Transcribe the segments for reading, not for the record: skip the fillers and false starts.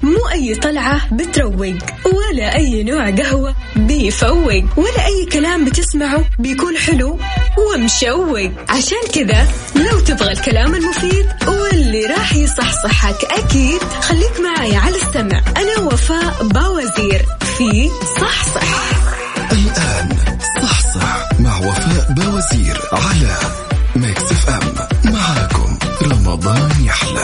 مو أي طلعة بتروق، ولا أي نوع قهوة بيفوق، ولا أي كلام بتسمعه بيكون حلو ومشوق. عشان كذا لو تبغى الكلام المفيد واللي راح يصحصحك أكيد خليك معايا على السمع. أنا وفاء باوزير في صحصح. الآن صحصح مع وفاء باوزير على ميكس اف ام. معاكم رمضان يحلى.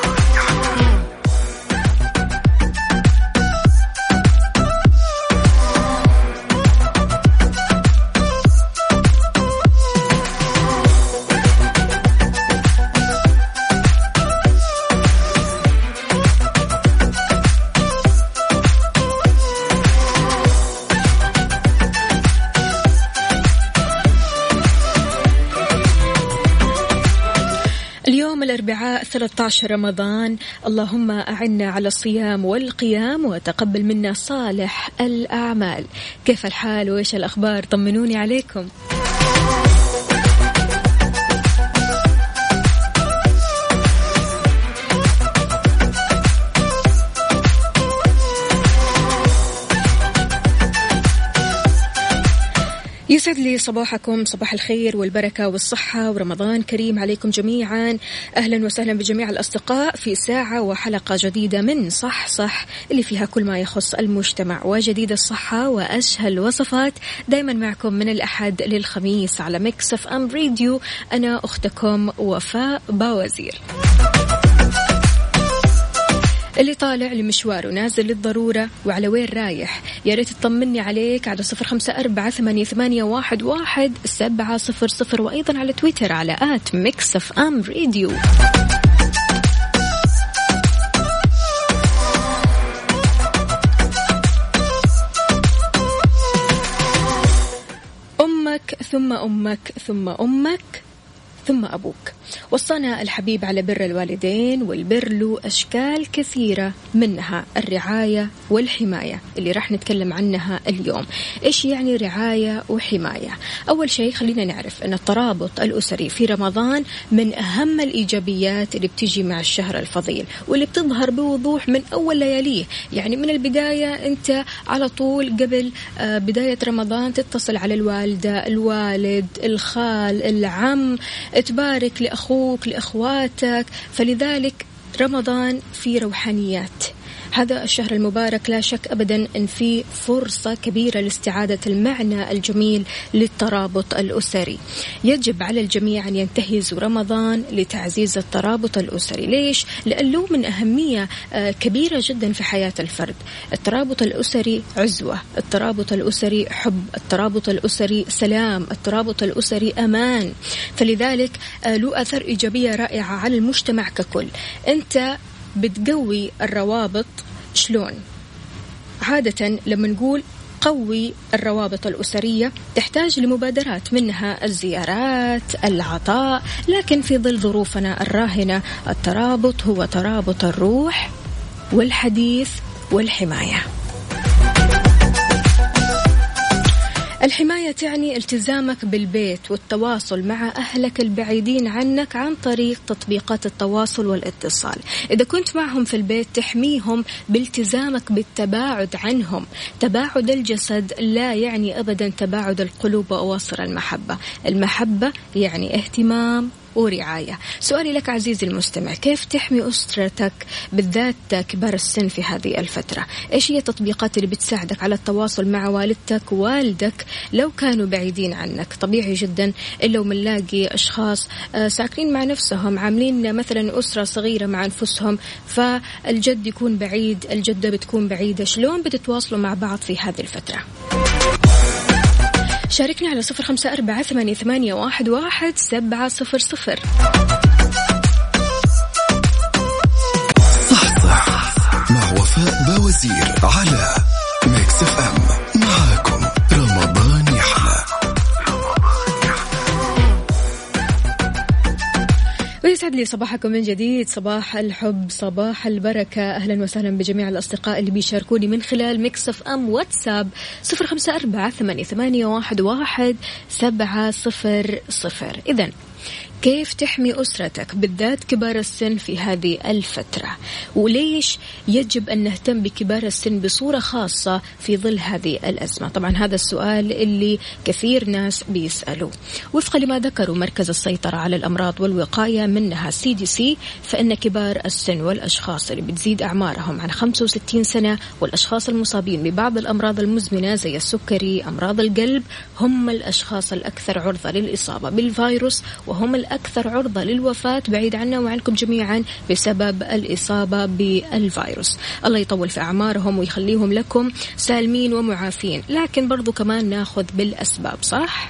الأربعاء 13 رمضان، اللهم أعنا على الصيام والقيام وتقبل منا صالح الأعمال. كيف الحال وإيش الأخبار؟ طمنوني عليكم. يسعد لي صباحكم، صباح الخير والبركة والصحة ورمضان كريم عليكم جميعا. أهلا وسهلا بجميع الأصدقاء في ساعة وحلقة جديدة من صح اللي فيها كل ما يخص المجتمع وجديد الصحة وأشهى الوصفات. دايما معكم من الأحد للخميس على ميكس اف ام راديو. أنا أختكم وفاء باوزير. اللي طالع لمشوار ونازل للضرورة وعلى وين رايح يا ريت تطمني عليك على 0548811700 وأيضا على تويتر على @mixfmradio. أمك ثم أمك ثم أمك ثم أبوك. وصانا الحبيب على بر الوالدين، والبر له أشكال كثيرة منها الرعاية والحماية اللي راح نتكلم عنها اليوم. إيش يعني رعاية وحماية؟ أول شيء خلينا نعرف أن الترابط الأسري في رمضان من أهم الإيجابيات اللي بتيجي مع الشهر الفضيل، واللي بتظهر بوضوح من أول لياليه. يعني من البداية أنت على طول قبل بداية رمضان تتصل على الوالدة، الوالد، الخال، العم، تبارك لأخوك لأخواتك. فلذلك رمضان في روحانيات. هذا الشهر المبارك لا شك أبدا أن فيه فرصة كبيرة لاستعادة المعنى الجميل للترابط الأسري. يجب على الجميع أن ينتهزوا رمضان لتعزيز الترابط الأسري. ليش؟ لأنه من أهمية كبيرة جدا في حياة الفرد. الترابط الأسري عزوة، الترابط الأسري حب، الترابط الأسري سلام، الترابط الأسري أمان. فلذلك له أثر إيجابية رائعة على المجتمع ككل. أنت بتقوي الروابط شلون؟ عادة لما نقول قوي الروابط الأسرية تحتاج لمبادرات، منها الزيارات، العطاء، لكن في ظل ظروفنا الراهنة الترابط هو ترابط الروح والحديث والحماية. الحماية تعني التزامك بالبيت والتواصل مع أهلك البعيدين عنك عن طريق تطبيقات التواصل والاتصال. إذا كنت معهم في البيت تحميهم بالتزامك بالتباعد عنهم. تباعد الجسد لا يعني أبدا تباعد القلوب وأواصر المحبة. المحبة يعني اهتمام ورعاية. سؤالي لك عزيزي المستمع، كيف تحمي أسرتك بالذات كبار السن في هذه الفترة؟ إيش هي التطبيقات اللي بتساعدك على التواصل مع والدتك ووالدك لو كانوا بعيدين عنك؟ طبيعي جدا إلا ومنلاقي أشخاص ساكنين مع نفسهم، عاملين مثلا أسرة صغيرة مع أنفسهم، فالجد يكون بعيد، الجدة بتكون بعيدة. شلون بتتواصلوا مع بعض في هذه الفترة؟ شاركني على 0548811700. صح مع وفاء باوزير على ميكس اف ام. معاكم رمضان يحلى. ويسعد لي صباحكم من جديد، صباح الحب، صباح البركة. أهلا وسهلا بجميع الأصدقاء اللي بيشاركوني من خلال ميكس اف ام واتساب 0548811700. إذن كيف تحمي أسرتك بالذات كبار السن في هذه الفترة، وليش يجب أن نهتم بكبار السن بصورة خاصة في ظل هذه الأزمة؟ طبعا هذا السؤال اللي كثير ناس بيسألوا. وفقا لما ذكروا مركز السيطرة على الأمراض والوقاية منها CDC، فإن كبار السن والأشخاص اللي بتزيد أعمارهم عن 65 سنة والأشخاص المصابين ببعض الأمراض المزمنة زي السكري، أمراض القلب، هم الأشخاص الأكثر عرضة للإصابة بالفيروس، وهم الأكثر عرضة للوفاة بعيد عنا وعنكم جميعا بسبب الإصابة بالفيروس. الله يطول في أعمارهم ويخليهم لكم سالمين ومعافين، لكن برضو كمان ناخذ بالأسباب، صح؟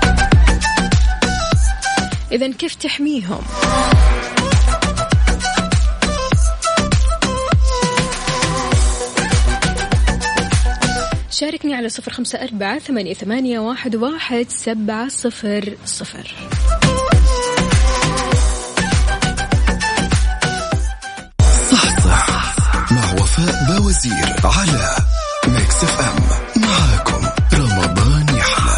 إذن كيف تحميهم؟ شاركني على 0548811700. صح مع وفاء باوزير على ميكس اف ام. معاكم رمضان يحلى.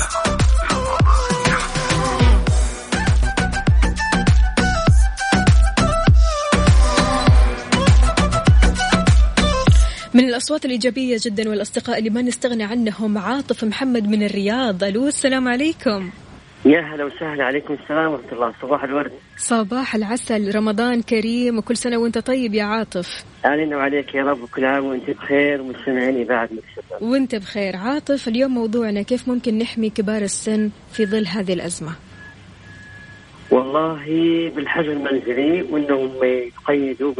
من الأصوات الإيجابية جدا والأصدقاء اللي ما نستغنى عنهم عاطف محمد من الرياض. ألو، السلام عليكم. يا هلا وسهلا. عليكم السلام ورحمة الله. صباح الورد. صباح العسل، رمضان كريم وكل سنة وانت طيب يا عاطف. علينا وعليك يا رب، وكل عام وانت بخير ومستمعين بعد مكسفة وانت بخير. عاطف، اليوم موضوعنا كيف ممكن نحمي كبار السن في ظل هذه الأزمة؟ والله بالحجر المنزلي، وانهم يقيدوا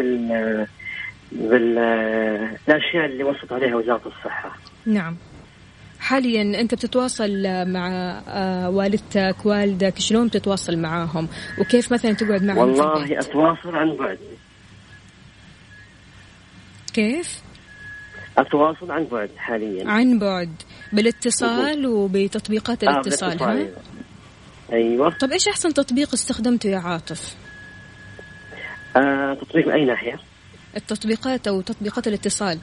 بالاشياء اللي وصلت عليها وزارة الصحة. نعم. حاليا انت بتتواصل مع والدتك والدك، شلون بتتواصل معاهم وكيف مثلا تقعد معهم؟ والله اتواصل عن بعد. كيف اتواصل عن بعد حاليا؟ عن بعد بالاتصال وبتطبيقات الاتصال. ها؟ ايوه. طب ايش احسن تطبيق استخدمته يا عاطف؟ تطبيق من اي ناحية؟ التطبيقات او تطبيقات الاتصال.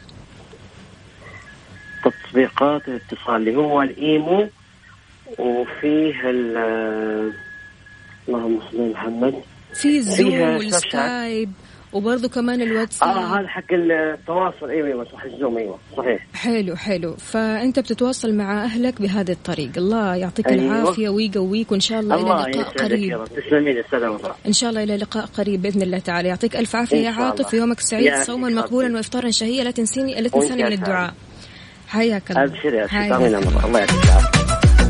تطبيقات الاتصال اللي هو الإيمو، وفيه اللهم صل على محمد، في زوم والسكايب وبرضه كمان الواتساب. هذا حق التواصل. ايوه صح، الزوم. ايوه صحيح. حلو. فانت بتتواصل مع اهلك بهذه الطريقه. الله يعطيك العافيه ويقويك، وان شاء الله الى لقاء قريب. تسلمي لي استاذ وفاء. ان شاء الله الى لقاء قريب باذن الله تعالى. يعطيك الف عافيه يا عاطف، يومك سعيد، صوما مقبولا وافطارا شهيا. لا تنساني من الدعاء. حياك الله. ابشر يا شيخ. الله يعطيك العافيه.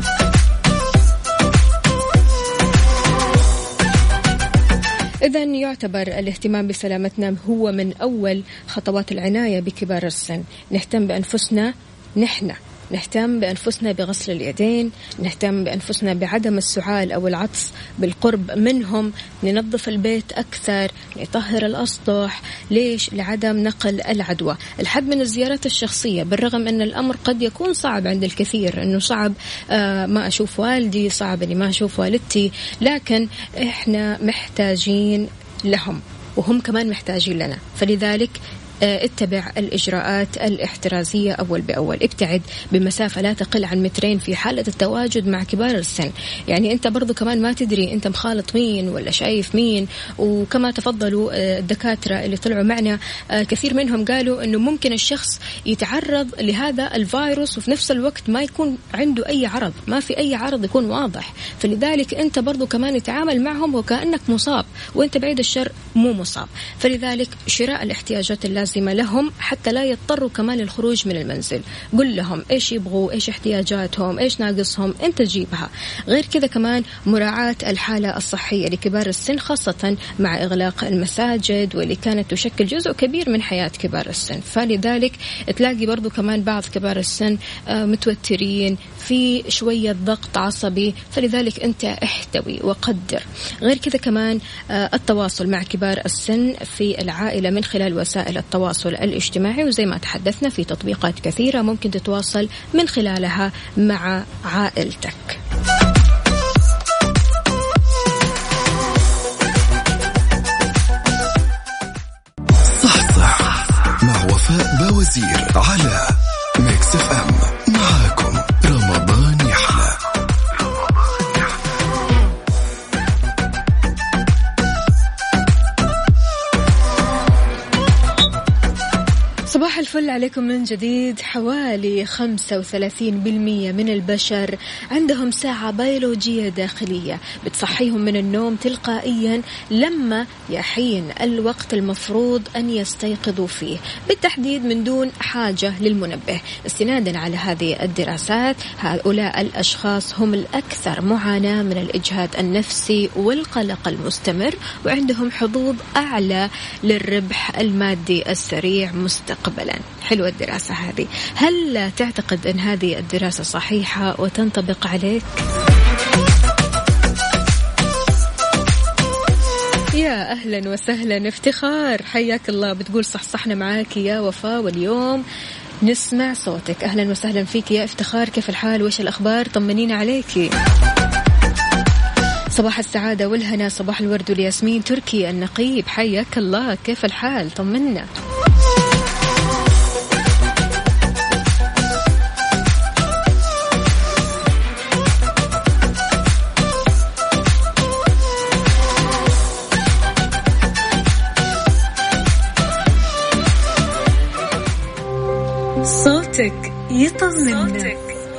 إذن يعتبر الاهتمام بسلامتنا هو من أول خطوات العناية بكبار السن. نهتم بأنفسنا، نهتم بأنفسنا بغسل اليدين، نهتم بأنفسنا بعدم السعال أو العطس بالقرب منهم، ننظف البيت أكثر، نطهر الأسطح. ليش؟ لعدم نقل العدوى. الحد من الزيارات الشخصية، بالرغم أن الأمر قد يكون صعب عند الكثير، أنه صعب ما أشوف والدي، صعب أني ما أشوف والدتي، لكن إحنا محتاجين لهم وهم كمان محتاجين لنا. فلذلك اتبع الإجراءات الاحترازية أول بأول. ابتعد بمسافة لا تقل عن 2 متر في حالة التواجد مع كبار السن. يعني أنت برضو كمان ما تدري أنت مخالط مين ولا شايف مين. وكما تفضلوا الدكاترة اللي طلعوا معنا، كثير منهم قالوا أنه ممكن الشخص يتعرض لهذا الفيروس وفي نفس الوقت ما يكون عنده أي عرض، ما في أي عرض يكون واضح. فلذلك أنت برضو كمان تتعامل معهم وكأنك مصاب وأنت بعيد الشر مو مصاب. فلذلك شراء الاحتياجات اللازمة لهم حتى لا يضطروا كمان الخروج من المنزل. قل لهم ايش يبغوا، ايش احتياجاتهم، ايش ناقصهم، انت تجيبها. غير كذا كمان مراعاة الحالة الصحية لكبار السن، خاصة مع إغلاق المساجد واللي كانت تشكل جزء كبير من حياة كبار السن. فلذلك تلاقي برضو كمان بعض كبار السن متوترين، في شوية ضغط عصبي. فلذلك انت احتوي وقدر. غير كذا كمان التواصل مع كبار السن في العائلة من خلال وسائل التواصل الاجتماعي، وزي ما تحدثنا في تطبيقات كثيرة ممكن تتواصل من خلالها مع عائلتك. صح مع وفاء باوزير على ميكس اف ام. معاكم رمضان يحلى. صباح الفل عليكم من جديد. حوالي 35% من البشر عندهم ساعة بيولوجية داخلية بتصحيهم من النوم تلقائيا لما يحين الوقت المفروض أن يستيقظوا فيه، بالتحديد من دون حاجة للمنبه. استنادا على هذه الدراسات، هؤلاء الأشخاص هم الأكثر معاناة من الإجهاد النفسي والقلق المستمر، وعندهم حظوظ أعلى للربح المادي السريع مستقبلا. حلوة الدراسة هذه. هل تعتقد أن هذه الدراسة صحيحة وتنطبق عليك؟ يا أهلا وسهلا افتخار، حياك الله. بتقول صحصحنا معاك يا وفاء، واليوم نسمع صوتك. أهلا وسهلا فيك يا افتخار، كيف الحال وإيش الأخبار؟ طمنينا عليكي. صباح السعادة والهنا، صباح الورد والياسمين. تركي النقيب حياك الله، كيف الحال؟ طمنا. صوتك يطمننا.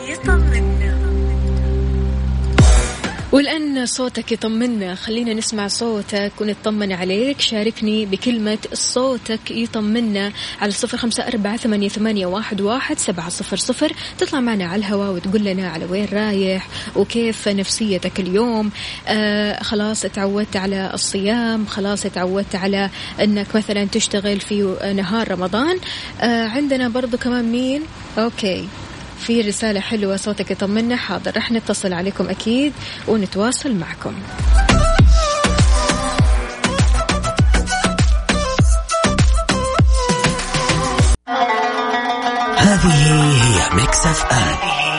والآن صوتك يطمنا، خلينا نسمع صوتك ونطمن عليك. شاركني بكلمة صوتك يطمنا على 0548811700. تطلع معنا على الهواء وتقول لنا على وين رايح وكيف نفسيتك اليوم. خلاص تعودت على الصيام، خلاص تعودت على أنك مثلا تشتغل في نهار رمضان. عندنا برضو كمان مين؟ أوكي، في رسالة حلوة، صوتك يطمنا. حاضر، رح نتصل عليكم أكيد ونتواصل معكم. هذه هي ميكس اف ام.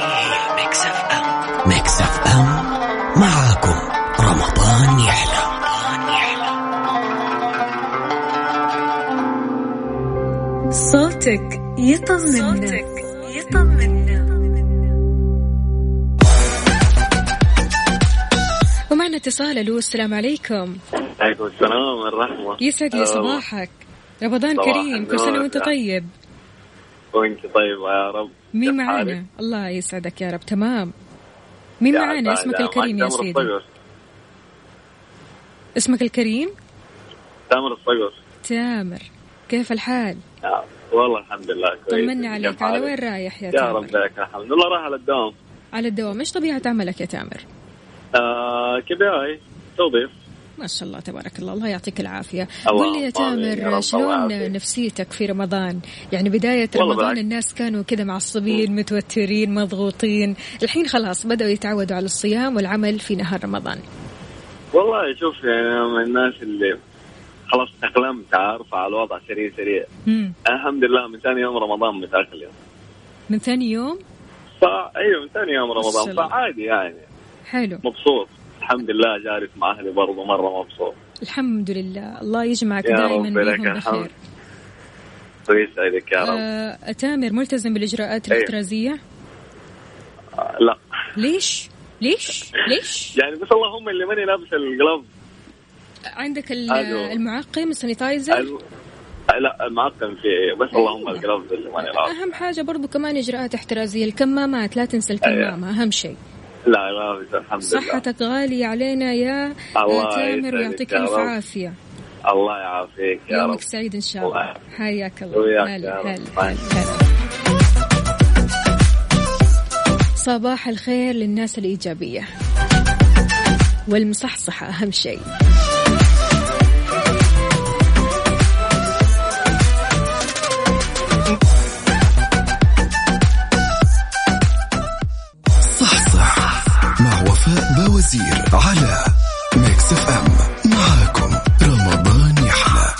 ميكس اف ام معاكم رمضان يحلى. صوتك يطمننا. ومعنا اتصال. ألو، السلام عليكم. عليكم السلام والرحمة. يسعد لي صباحك، رمضان كريم، كل سنة وانت طيب. وانت طيب يا رب. مين معانا؟ الله يسعدك يا رب. تمام، مين معانا؟ اسمك الكريم يا سيدي. اسمك الكريم؟ تامر الصقر. تامر، كيف الحال؟ والله الحمد لله كويس. طمنا عليك، على وين رايح يا تامر؟ يا رب لك الحمد لله، رايح على الدوام. على الدوام. ايش طبيعة عملك يا تامر؟ كباي توظيف. ما شاء الله تبارك الله، الله يعطيك العافية. قل لي يا تامر، شلون نفسيتك في رمضان؟ يعني بداية رمضان الناس كانوا كذا معصبين متوترين مضغوطين، الحين خلاص بدأوا يتعودوا على الصيام والعمل في نهار رمضان. والله شوف، يعني من الناس اللي خلاص تأقلمت، عارفة على الوضع سريع. الحمد لله، من ثاني يوم رمضان متأقلم. من ثاني يوم؟ أيوة، من ثاني يوم رمضان، فعادي يعني. حلو، مبسوط الحمد لله، جالس مع أهلي برضو مرة مبسوط الحمد لله. الله يجمعك دائما بهم بخير. ويسعدك يا رب. تامر، ملتزم بالإجراءات الاحترازية؟ لا. ليش؟ يعني بس اللهم اللي ماني لابس الجلوف. عندك المعقم السانيتايزر؟ لا، المعقم فيه، بس اللهم الجلوف اللي ماني لابس. أهم حاجة برضو كمان إجراءات احترازية، الكمامات لا تنسى الكمامة. أهم شيء. لا الحمد لله. صحتك غالية علينا يا تامر، ويعطيك ألف عافية. الله يعافيك يا رب. يومك سعيد إن شاء الله. حياك الله. هلا. صباح الخير للناس الإيجابية والمصحصحة، أهم شيء. مع وفاء باوزير على ميكس اف ام. معاكم رمضان يحلى.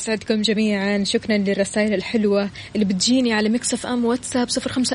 يسعدكم جميعا. شكرا للرسائل الحلوة اللي بتجيني على ميكس اف ام واتساب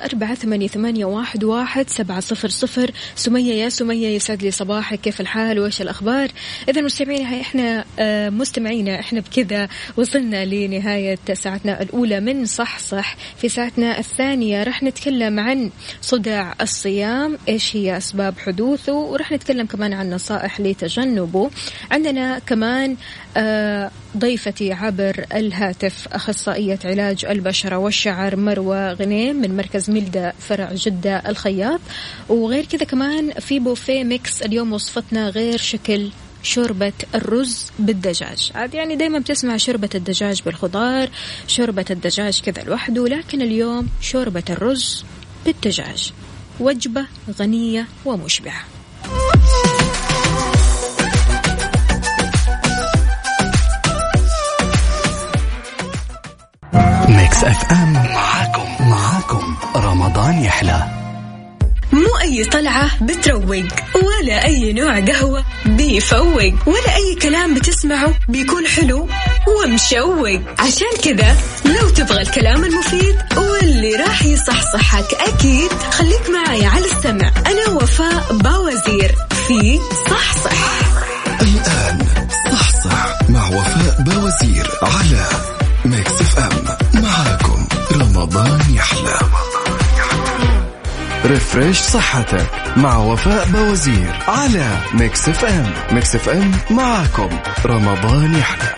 0548811700. سمية، يا سمية يسعد لي صباحك، كيف الحال وإيش الأخبار؟ إذا مستمعينا إحنا بكذا وصلنا لنهاية ساعتنا الأولى من صح. في ساعتنا الثانية رح نتكلم عن صداع الصيام، إيش هي أسباب حدوثه، ورح نتكلم كمان عن نصائح لتجنبه. عندنا كمان ضيفتي عبر الهاتف أخصائية علاج البشرة والشعر مروة غنيم من مركز ميلدا فرع جدة الخياط. وغير كذا كمان في بوفيه ميكس اليوم وصفتنا غير شكل شوربة الرز بالدجاج. عاد يعني دايما بتسمع شوربة الدجاج بالخضار، شوربة الدجاج كذا لوحده، لكن اليوم شوربة الرز بالدجاج، وجبة غنية ومشبعة. ميكس اف ام معاكم رمضان يحلى. مو أي طلعة بتروق، ولا أي نوع قهوة بيفوق، ولا أي كلام بتسمعه بيكون حلو ومشوق. عشان كذا لو تبغى الكلام المفيد واللي راح يصحصحك أكيد خليك معي على السمع. أنا وفاء باوزير في صح. الآن صح مع وفاء باوزير على ميكس اف ام. معاكم رمضان يحلى. ريفريش صحتك مع وفاء باوزير على ميكس اف ام. ميكس اف ام معاكم رمضان يحلى.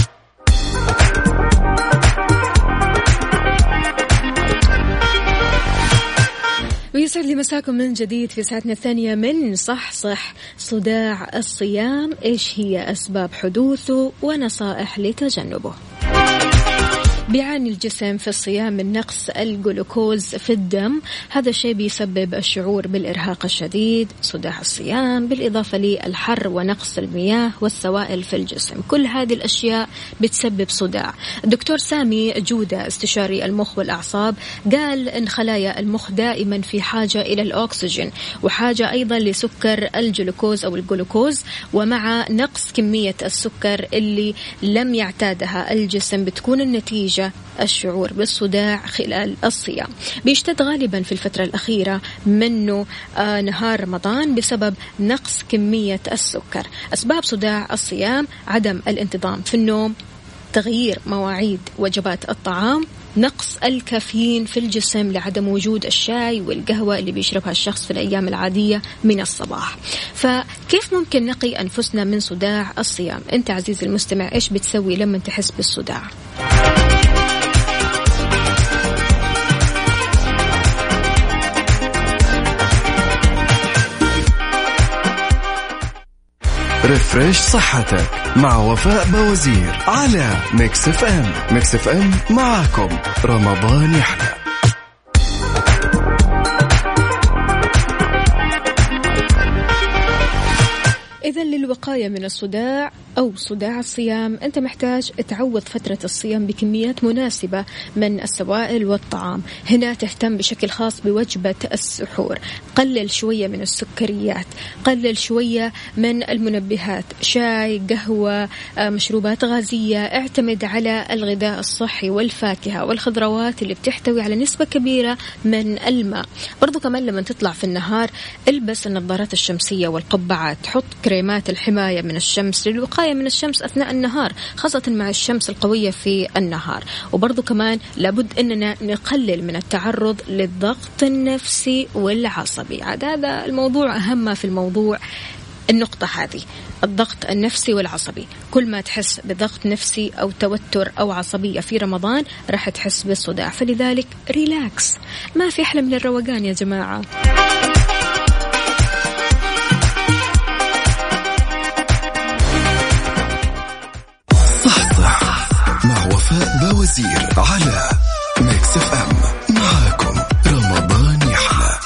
ويسعد لي مساكم من جديد في ساعتنا الثانية من صح. صداع الصيام، إيش هي أسباب حدوثه ونصائح لتجنبه. بيعاني الجسم في الصيام من نقص الجلوكوز في الدم، هذا الشيء بيسبب الشعور بالإرهاق الشديد، صداع الصيام، بالإضافة للحر ونقص المياه والسوائل في الجسم. كل هذه الأشياء بتسبب صداع. الدكتور سامي جودة استشاري المخ والأعصاب قال إن خلايا المخ دائما في حاجة إلى الأكسجين، وحاجة أيضا لسكر الجلوكوز أو الجلوكوز، ومع نقص كمية السكر اللي لم يعتادها الجسم بتكون النتيجة الشعور بالصداع خلال الصيام. بيشتد غالبا في الفترة الأخيرة منه نهار رمضان بسبب نقص كمية السكر. أسباب صداع الصيام: عدم الانتظام في النوم، تغيير مواعيد وجبات الطعام، نقص الكافيين في الجسم لعدم وجود الشاي والقهوة اللي بيشربها الشخص في الأيام العادية من الصباح. فكيف ممكن نقي أنفسنا من صداع الصيام؟ أنت عزيزي المستمع إيش بتسوي لما تحس بالصداع؟ ريفريش صحتك مع وفاء باوزير على ميكس اف ام. ميكس اف ام معاكم رمضان يحلى. إذا للوقاية من الصداع أو صداع الصيام أنت محتاج تعوض فترة الصيام بكميات مناسبة من السوائل والطعام. هنا تهتم بشكل خاص بوجبة السحور، قلل شوية من السكريات، قلل شوية من المنبهات، شاي، قهوة، مشروبات غازية. اعتمد على الغذاء الصحي والفاكهة والخضروات اللي بتحتوي على نسبة كبيرة من الماء. برضو كمان لما تطلع في النهار البس النظارات الشمسية والقبعات، حط كريمات الحماية من الشمس للوقاية من الشمس أثناء النهار، خاصة مع الشمس القوية في النهار. وبرضو كمان لابد أننا نقلل من التعرض للضغط النفسي والعصبي. هذا الموضوع أهم ما في الموضوع، النقطة هذه، الضغط النفسي والعصبي. كل ما تحس بضغط نفسي أو توتر أو عصبية في رمضان راح تحس بالصداع، فلذلك ريلاكس. ما في أحلى من الروقان يا جماعة. مع وفاء باوزير على ميكس اف ام. معاكم رمضان يحلى.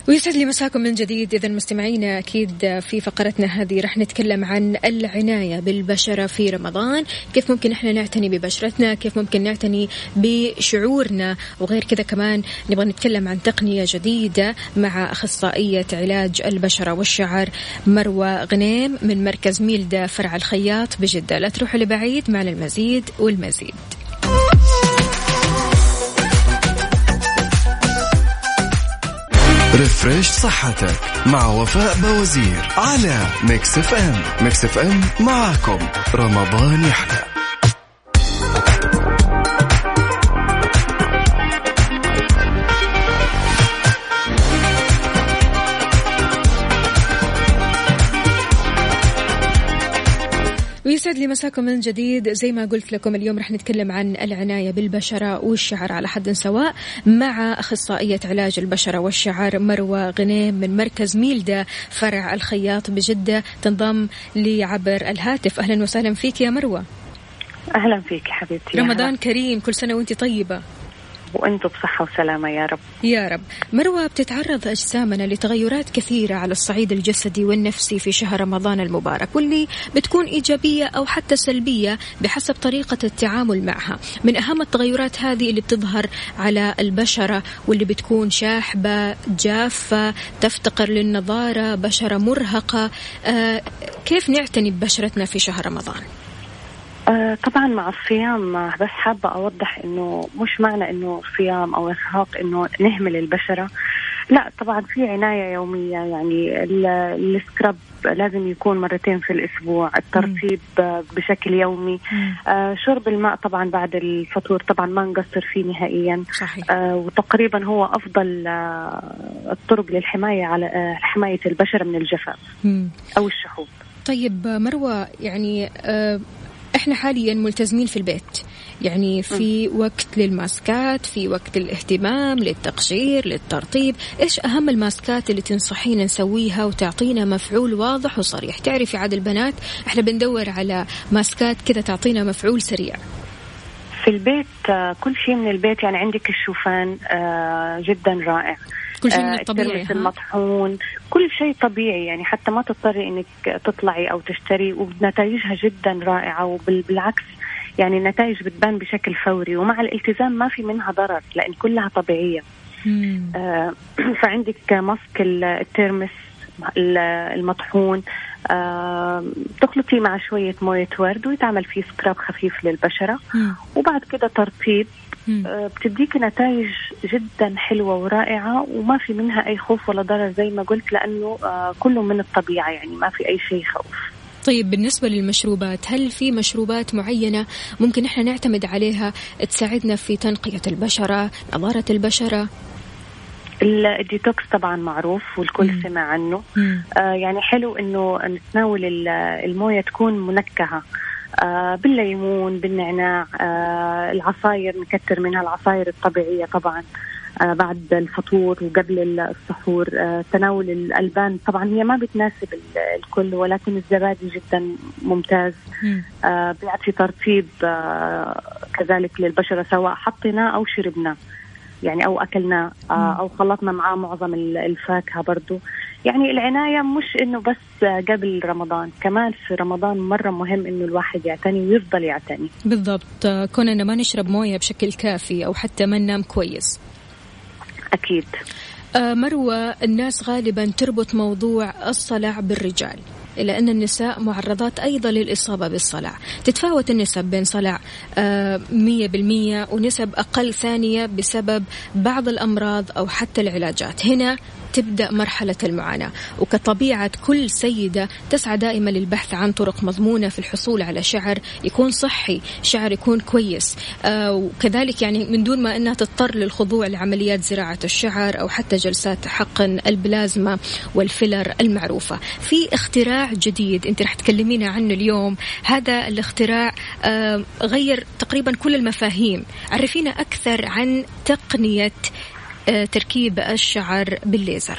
ويسعد لي مساكم من جديد. إذا مستمعينا أكيد في فقرتنا هذه رح نتكلم عن العناية بالبشرة في رمضان، كيف ممكن إحنا نعتني ببشرتنا، كيف ممكن نعتني بشعورنا، وغير كذا كمان نبغى نتكلم عن تقنية جديدة مع أخصائية علاج البشرة والشعر مروى غنيم من مركز ميلدا فرع الخياط بجدة. لا تروحوا لبعيد، معنا المزيد والمزيد. ريفريش صحتك مع وفاء بوزير على ميكس اف ام. ميكس اف ام معاكم رمضان يحلى. ويسعد لي مساكم من جديد. زي ما قلت لكم اليوم رح نتكلم عن العناية بالبشرة والشعر على حد سواء مع أخصائية علاج البشرة والشعر مروى غنيم من مركز ميلدا فرع الخياط بجدة، تنضم لي عبر الهاتف. أهلا وسهلا فيك يا مروى. أهلا فيك حبيبتي. رمضان كريم، كل سنة وانت طيبة. وأنتم بصحة وسلامة يا رب. يا رب. مروى، بتتعرض أجسامنا لتغيرات كثيرة على الصعيد الجسدي والنفسي في شهر رمضان المبارك، واللي بتكون إيجابية أو حتى سلبية بحسب طريقة التعامل معها. من أهم التغيرات هذه اللي بتظهر على البشرة واللي بتكون شاحبة، جافة، تفتقر للنضارة، بشرة مرهقة. كيف نعتني ببشرتنا في شهر رمضان؟ طبعا مع الصيام بس حابة أوضح إنه مش معنى إنه صيام أو إرهاق إنه نهمل البشرة، لا طبعا في عناية يومية. يعني السكراب لازم يكون مرتين في الأسبوع، الترطيب بشكل يومي، شرب الماء طبعا بعد الفطور طبعا ما نقصر فيه نهائيا. صحيح. وتقريبا هو أفضل الطرق للحماية على حماية البشرة من الجفاف أو الشحوب. طيب مروة، يعني احنا حاليا ملتزمين في البيت، يعني في وقت للماسكات، في وقت الاهتمام للتقشير للترطيب. ايش اهم الماسكات اللي تنصحينا نسويها وتعطينا مفعول واضح وصريح؟ تعرفي عاد البنات احنا بندور على ماسكات كذا تعطينا مفعول سريع. في البيت كل شيء من البيت، يعني عندك الشوفان جدا رائع، كل شيء من الطبيعي، المطحون، كل شيء طبيعي، يعني حتى ما تضطري انك تطلعي او تشتري، ونتائجها جدا رائعة. وبالعكس يعني النتائج بتبان بشكل فوري، ومع الالتزام ما في منها ضرر لان كلها طبيعية. فعندك ماسك الترمس المطحون، تخلطي مع شوية موية ورد ويتعمل فيه سكراب خفيف للبشرة، وبعد كده ترطيب. بتديك نتائج جدا حلوة ورائعة، وما في منها أي خوف ولا ضرر زي ما قلت، لأنه كله من الطبيعة، يعني ما في أي شيء خوف. طيب بالنسبة للمشروبات، هل في مشروبات معينة ممكن إحنا نعتمد عليها تساعدنا في تنقية البشرة، نضارة البشرة؟ الديتوكس طبعا معروف والكل سمع عنه. يعني حلو إنه نتناول الموية تكون منكهة، بالليمون، بالنعناع، العصاير نكتر منها، العصاير الطبيعية طبعا بعد الفطور وقبل السحور. تناول الألبان طبعا هي ما بتناسب الكل، ولكن الزبادي جدا ممتاز، بيعطي ترطيب كذلك للبشرة، سواء حطينا أو شربنا يعني أو أكلنا أو خلطنا معاه معظم الفاكهة برضو. يعني العناية مش إنه بس قبل رمضان، كمان في رمضان مرة مهم إنه الواحد يعتني ويفضل يعتني. بالضبط، كوننا ما نشرب موية بشكل كافي أو حتى ما ننام كويس. أكيد. مروة، الناس غالبا تربط موضوع الصلع بالرجال، إلا أن النساء معرضات أيضا للإصابة بالصلع. تتفاوت النسب بين صلع 100% ونسب أقل ثانية بسبب بعض الأمراض أو حتى العلاجات. هنا تبدأ مرحلة المعاناة، وكطبيعة كل سيدة تسعى دائما للبحث عن طرق مضمونة في الحصول على شعر يكون صحي، شعر يكون كويس، وكذلك يعني من دون ما أنها تضطر للخضوع لعمليات زراعة الشعر أو حتى جلسات حقن البلازما والفيلر المعروفة. في اختراع جديد أنت رح تكلمينا عنه اليوم، هذا الاختراع غير تقريبا كل المفاهيم. عرفينا أكثر عن تقنية تركيب الشعر بالليزر.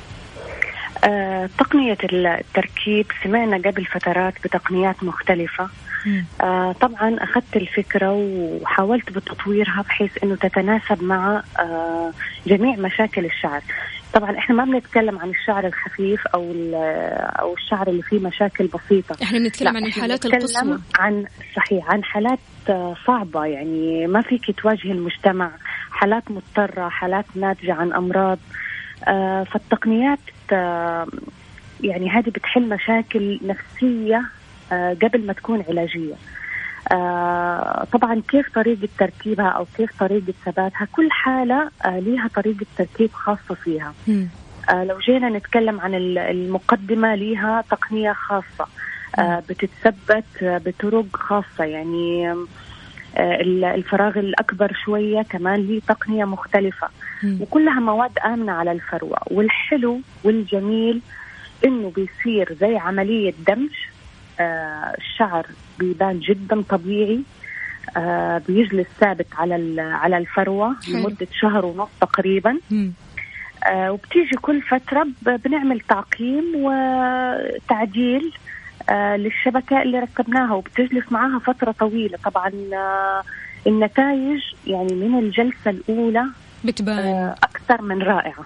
تقنية التركيب سمعنا قبل فترات بتقنيات مختلفة. طبعا أخذت الفكرة وحاولت بتطويرها بحيث أنه تتناسب مع جميع مشاكل الشعر. طبعا احنا ما بنتكلم عن الشعر الخفيف او الشعر اللي فيه مشاكل بسيطة، احنا بنتكلم عن الحالات القصوى. عن حالات صعبة، يعني ما فيك تواجه المجتمع، حالات مضطرة، حالات ناتجة عن أمراض. فالتقنيات يعني هذه بتحل مشاكل نفسية قبل ما تكون علاجية. طبعا كيف طريقة تركيبها أو كيف طريقة ثباتها، كل حالة ليها طريقة تركيب خاصة فيها. لو جينا نتكلم عن المقدمة، ليها تقنية خاصة بتتثبت بطرق خاصة، يعني الفراغ الأكبر شوية كمان ليه تقنية مختلفة، وكلها مواد آمنة على الفروة. والحلو والجميل إنه بيصير زي عملية دمج، الشعر بيبان جدا طبيعي، بيجلس ثابت على الفروة لمدة شهر ونص تقريبا. وبتيجي كل فترة بنعمل تعقيم وتعديل للشبكة اللي ركبناها، وبتجلس معاها فترة طويلة. طبعا النتائج يعني من الجلسة الأولى بتبان أكثر من رائعة.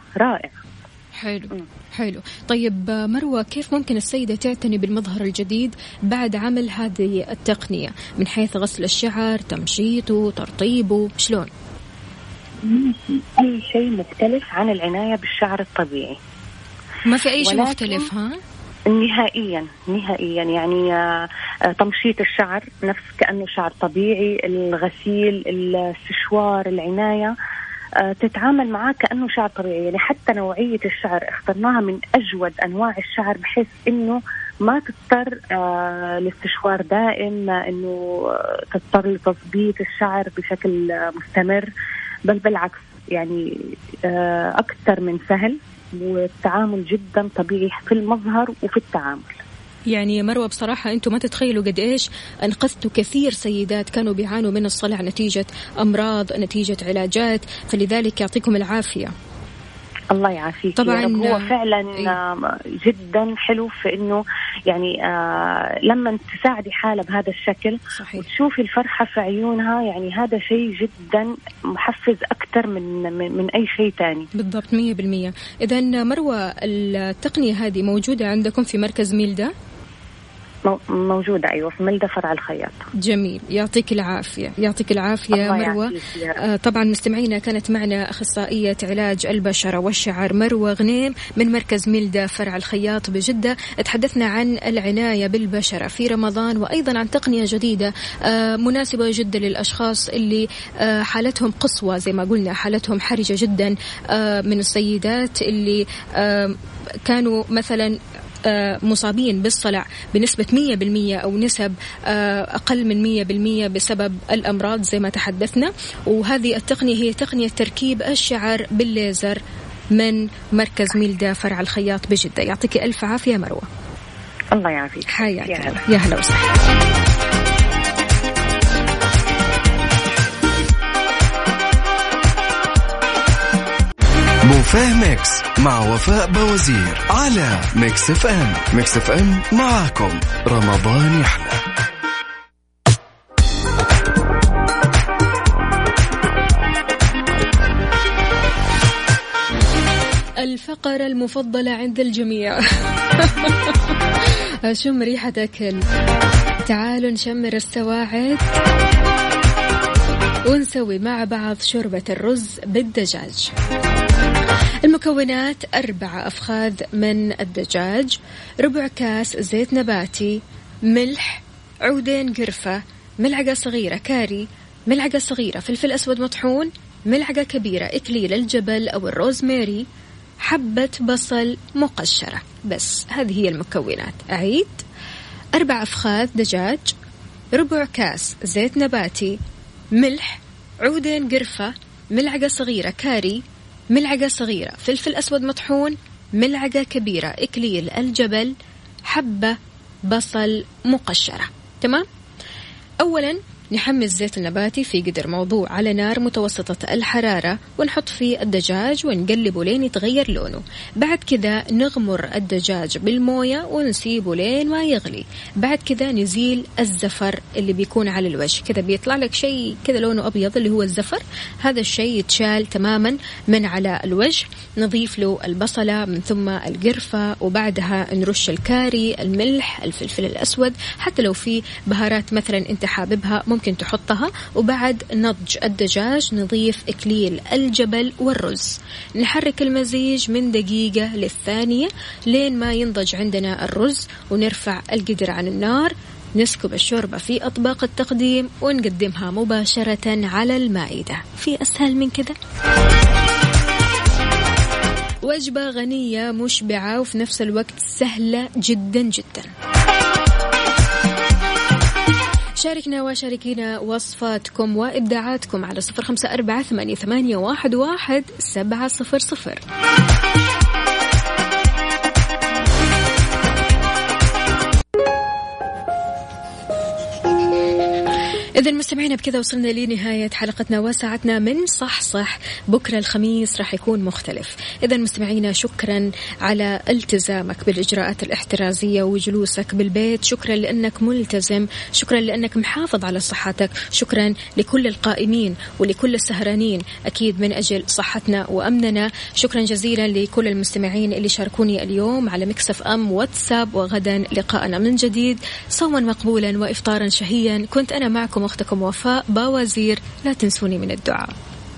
حلو. طيب مروة، كيف ممكن السيدة تعتني بالمظهر الجديد بعد عمل هذه التقنية، من حيث غسل الشعر، تمشيطه، ترطيبه، شلون؟ أي شيء مختلف عن العناية بالشعر الطبيعي، ما في أي شيء مختلف نهائيا. يعني تمشيط الشعر نفس كأنه شعر طبيعي، الغسيل، السشوار، العناية تتعامل معاه كأنه شعر طبيعي. يعني حتى نوعية الشعر اخترناها من أجود أنواع الشعر، بحيث إنه ما تضطر للاستشوار دائم، إنه تضطر لتظبيط الشعر بشكل مستمر، بل بالعكس يعني أكثر من سهل، والتعامل جدا طبيعي في المظهر وفي التعامل. يعني مروة بصراحة أنتم ما تتخيلوا قد إيش أنقذتوا كثير سيدات كانوا بيعانوا من الصلع نتيجة أمراض، نتيجة علاجات، فلذلك يعطيكم العافية. الله يعافيك. طبعا هو فعلا جدا حلو في انه يعني لما تساعدي حالة بهذا الشكل وتشوفي الفرحة في عيونها، يعني هذا شيء جدا محفز اكثر من اي شيء تاني. بالضبط 100%. اذا مروة، التقنية هذه موجودة عندكم في مركز ميلدا؟ موجودة أيوة، في ميلدا فرع الخياط. جميل، يعطيك العافية. يعطيك العافية مروة. طبعا مستمعينا، كانت معنا أخصائية علاج البشرة والشعر مروة غنيم من مركز ميلدا فرع الخياط بجدة. تحدثنا عن العناية بالبشرة في رمضان، وأيضا عن تقنية جديدة مناسبة جدا للأشخاص اللي حالتهم قصوى، زي ما قلنا حالتهم حرجة جدا، من السيدات اللي كانوا مثلا مصابين بالصلع بنسبة 100% أو نسب أقل من 100% بسبب الأمراض زي ما تحدثنا. وهذه التقنية هي تقنية تركيب الشعر بالليزر من مركز ميلدا فرع الخياط بجدة. يعطيك ألف عافية مروة. الله يعافيك. حياك. يا هلا وسهلا. بوفيه ميكس مع وفاء بوزير على ميكس اف ام. ميكس اف ام معاكم رمضان يحلى. الفقرة المفضلة عند الجميع. أشم ريحة أكل. تعالوا نشمر السواعد ونسوي مع بعض شوربة الرز بالدجاج. المكونات: 4 أفخاذ من الدجاج، ربع كاس زيت نباتي، ملح، عودين قرفة، ملعقة صغيرة كاري، ملعقة صغيرة فلفل أسود مطحون، ملعقة كبيرة إكليل الجبل أو الروزماري، حبة بصل مقشرة. بس هذه هي المكونات. أعيد: 4 أفخاذ دجاج، ربع كاس زيت نباتي، ملح، عودين قرفة، ملعقة صغيرة كاري، ملعقة صغيرة فلفل أسود مطحون، ملعقة كبيرة إكليل الجبل، حبة بصل مقشرة. تمام؟ أولا نحمي الزيت النباتي في قدر موضوع على نار متوسطة الحرارة ونحط فيه الدجاج ونقلبه لين يتغير لونه. بعد كذا نغمر الدجاج بالموية ونسيبه لين ما يغلي. بعد كذا نزيل الزفر اللي بيكون على الوجه، كذا بيطلع لك شيء كذا لونه أبيض اللي هو الزفر، هذا الشيء يتشال تماما من على الوجه. نضيف له البصلة من ثم القرفة، وبعدها نرش الكاري، الملح، الفلفل الأسود، حتى لو في بهارات مثلا أنت حاببها ممكن تحطها. وبعد نضج الدجاج نضيف إكليل الجبل والرز. نحرك المزيج من دقيقة للثانية لين ما ينضج عندنا الرز، ونرفع القدر عن النار. نسكب الشوربة في أطباق التقديم ونقدمها مباشرة على المائدة. في أسهل من كذا؟ وجبة غنية مشبعة وفي نفس الوقت سهلة جدا جدا. شاركنا وشاركينا وصفاتكم وإبداعاتكم على 0548811700. إذا مستمعينا بكذا وصلنا لنهاية حلقتنا وساعتنا من صح. بكرة الخميس راح يكون مختلف. إذا مستمعينا شكرا على التزامك بالإجراءات الاحترازية وجلوسك بالبيت، شكرا لأنك ملتزم، شكرا لأنك محافظ على صحتك، شكرا لكل القائمين ولكل السهرانين أكيد من أجل صحتنا وأمننا. شكرا جزيلا لكل المستمعين اللي شاركوني اليوم على مكسف أم واتساب. وغدا لقاءنا من جديد، صوما مقبولا وإفطارا شهيا. كنت أنا معكم أختكم وفاء باوزير. لا تنسوني من الدعاء.